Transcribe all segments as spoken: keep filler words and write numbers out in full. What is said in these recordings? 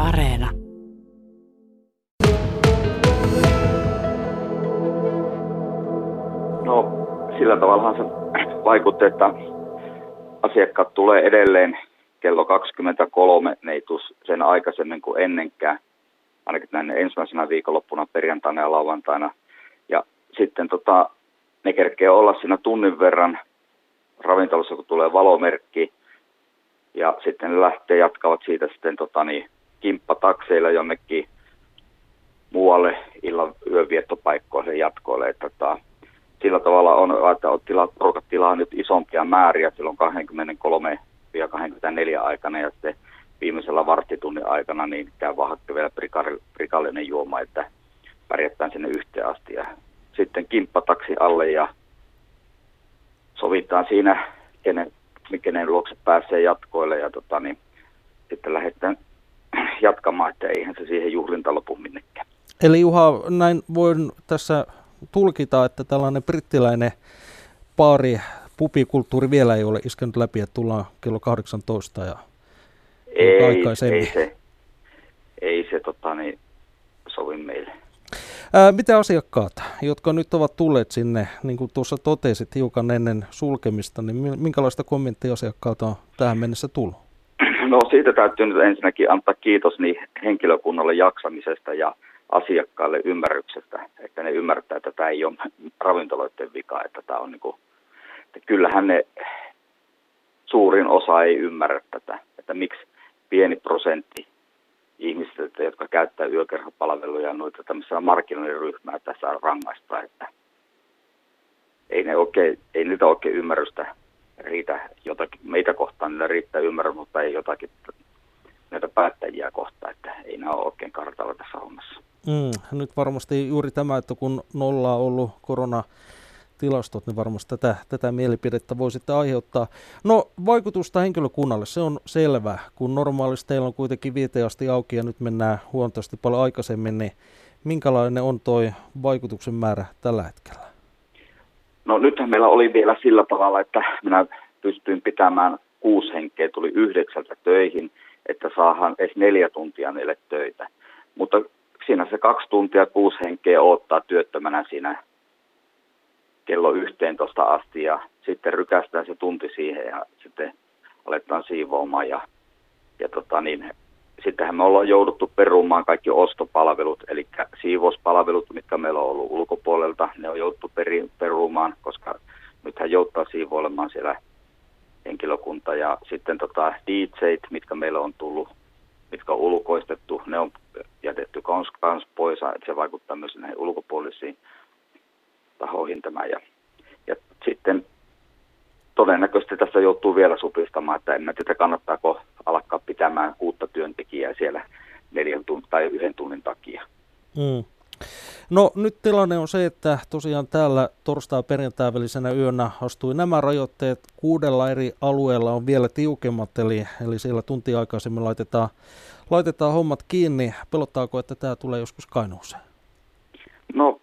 Areena. No, sillä tavallahan se vaikutti, että asiakkaat tulee edelleen kello kaksikymmentäkolme, ne ei tule sen aikaisemmin kuin ennenkään, ainakin näin ensimmäisenä viikonloppuna perjantaina ja lauantaina. Ja sitten tota, ne kerkee olla siinä tunnin verran ravintolassa, kun tulee valomerkki, ja sitten ne lähtee jatkavat siitä sitten tota, niin, kimppatakseilla jonnekin muualle illan yöviettopaikkoille jatkoille. Että, tota, sillä tavalla on, että tila, porukat tilaa nyt isompia määriä silloin kaksikymmentäkolme kaksikymmentäneljä aikana ja sitten viimeisellä varttitunnin aikana niin käy vahakka vielä prikallinen juoma, että pärjätään sinne yhteen asti. Ja sitten kimppataksi alle ja sovitaan siinä, kenen, kenen luokse pääsee jatkoille ja tota, niin, sitten lähdetään jatkamaan, että eihän se siihen juhlinta lopu minnekään. Eli Juha, näin voin tässä tulkita, että tällainen brittiläinen baari, pubikulttuuri vielä ei ole iskenyt läpi, että tullaan kello kahdeksantoista ja ei, aikaisemmin. Ei se, ei se tota, niin, sovi meille. Ää, mitä asiakkaat, jotka nyt ovat tulleet sinne, niin kuin tuossa totesit hiukan ennen sulkemista, niin minkälaista kommenttia asiakkaalta on tähän mennessä tullut? No siitä täytyy nyt ensinnäkin antaa kiitos niin henkilökunnalle jaksamisesta ja asiakkaille ymmärryksestä, että ne ymmärtää, että tämä ei ole ravintoloiden vika, että tämä on niin kuin, että kyllähän ne suurin osa ei ymmärrä tätä, että miksi pieni prosentti ihmisistä, jotka käyttää yökerhopalveluja ja noita tämmöisiä markkinointiryhmää tässä rangaista, että ei, ne oikein, ei niitä oikein ymmärrystä riitä jotakin, meitä kohtaan niillä riittää ymmärrys, mutta ei jotakin näitä päättäjiä kohtaan, että ei nämä ole oikein kartalla tässä hommassa. Mm, nyt varmasti juuri tämä, että kun nolla on ollut koronatilastot, niin varmasti tätä, tätä mielipidettä voi sitten aiheuttaa. No vaikutusta henkilökunnalle, se on selvä, kun normaalisti teillä on kuitenkin viiteen asti auki ja nyt mennään huomattavasti paljon aikaisemmin, niin minkälainen on toi vaikutuksen määrä tällä hetkellä? No nythän meillä oli vielä sillä tavalla, että minä pystyin pitämään kuusi henkeä, tuli yhdeksältä töihin, että saadaan edes neljä tuntia niille töitä. Mutta siinä se kaksi tuntia kuusi henkeä odottaa työttömänä siinä kello yhteentoista asti ja sitten rykästään se tunti siihen ja sitten aletaan siivoamaan. Ja, ja tota niin, sittenhän me ollaan jouduttu perumaan kaikki ostopalvelut, eli siivouspalvelut, mitkä meillä on ollut ulkopuolelta, ne on jouduttu peri, perumaan, koska nythän joutaa siivoilemaan siellä henkilökunta ja sitten tota D J:t, mitkä meillä on tullut, mitkä on ulkoistettu, ne on jätetty kans, kans pois, että se vaikuttaa myös näihin ulkopuolisiin tahoihin tämä. Ja, ja sitten todennäköisesti tässä joutuu vielä supistamaan, että en tiedä kannattaako alkaa pitämään kuutta työntekijää siellä neljän tunnin tai yhden tunnin takia. Mm. No nyt tilanne on se, että tosiaan täällä torstai-perjantai välisenä yönä astui nämä rajoitteet. Kuudella eri alueella on vielä tiukemmat, eli, eli siellä tunti aikaisemmin laitetaan, laitetaan hommat kiinni. Pelottaako, että tämä tulee joskus Kainuuseen? No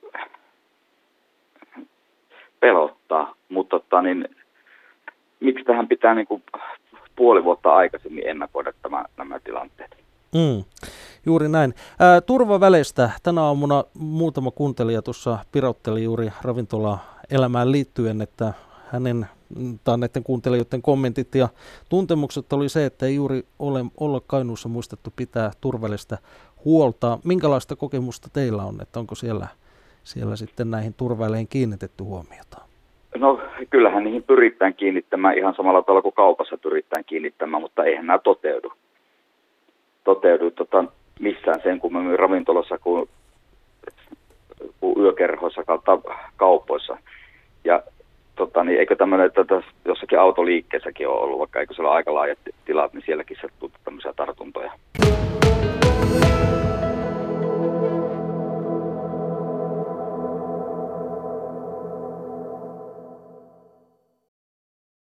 pelottaa, mutta tota, niin, miksi tähän pitää niin kuin puoli vuotta aikaisemmin ennakoida tämä, nämä tilanteet? Mm, juuri näin. Ää, turvaväleistä tänä aamuna muutama kuuntelija tuossa pirotteli juuri ravintola-elämään liittyen, että hänen tai näiden kuuntelijoiden kommentit ja tuntemukset oli se, että ei juuri ole olla Kainuussa muistettu pitää turvallista huolta. Minkälaista kokemusta teillä on, että onko siellä, siellä sitten näihin turvaväleihin kiinnitetty huomiota? No kyllähän niihin pyritään kiinnittämään ihan samalla tavalla kuin kaupassa pyritään kiinnittämään, mutta eihän nämä toteudu. toteudu tota, missään sen kummemmin ravintolassa kuin, kuin yökerhoissa kautta kaupoissa. Ja tota, niin, eikö tämmöinen, että jossakin autoliikkeessäkin ole ollut, vaikka eikö siellä ole aika laajat tilat, niin sielläkin sattuu tämmöisiä tartuntoja.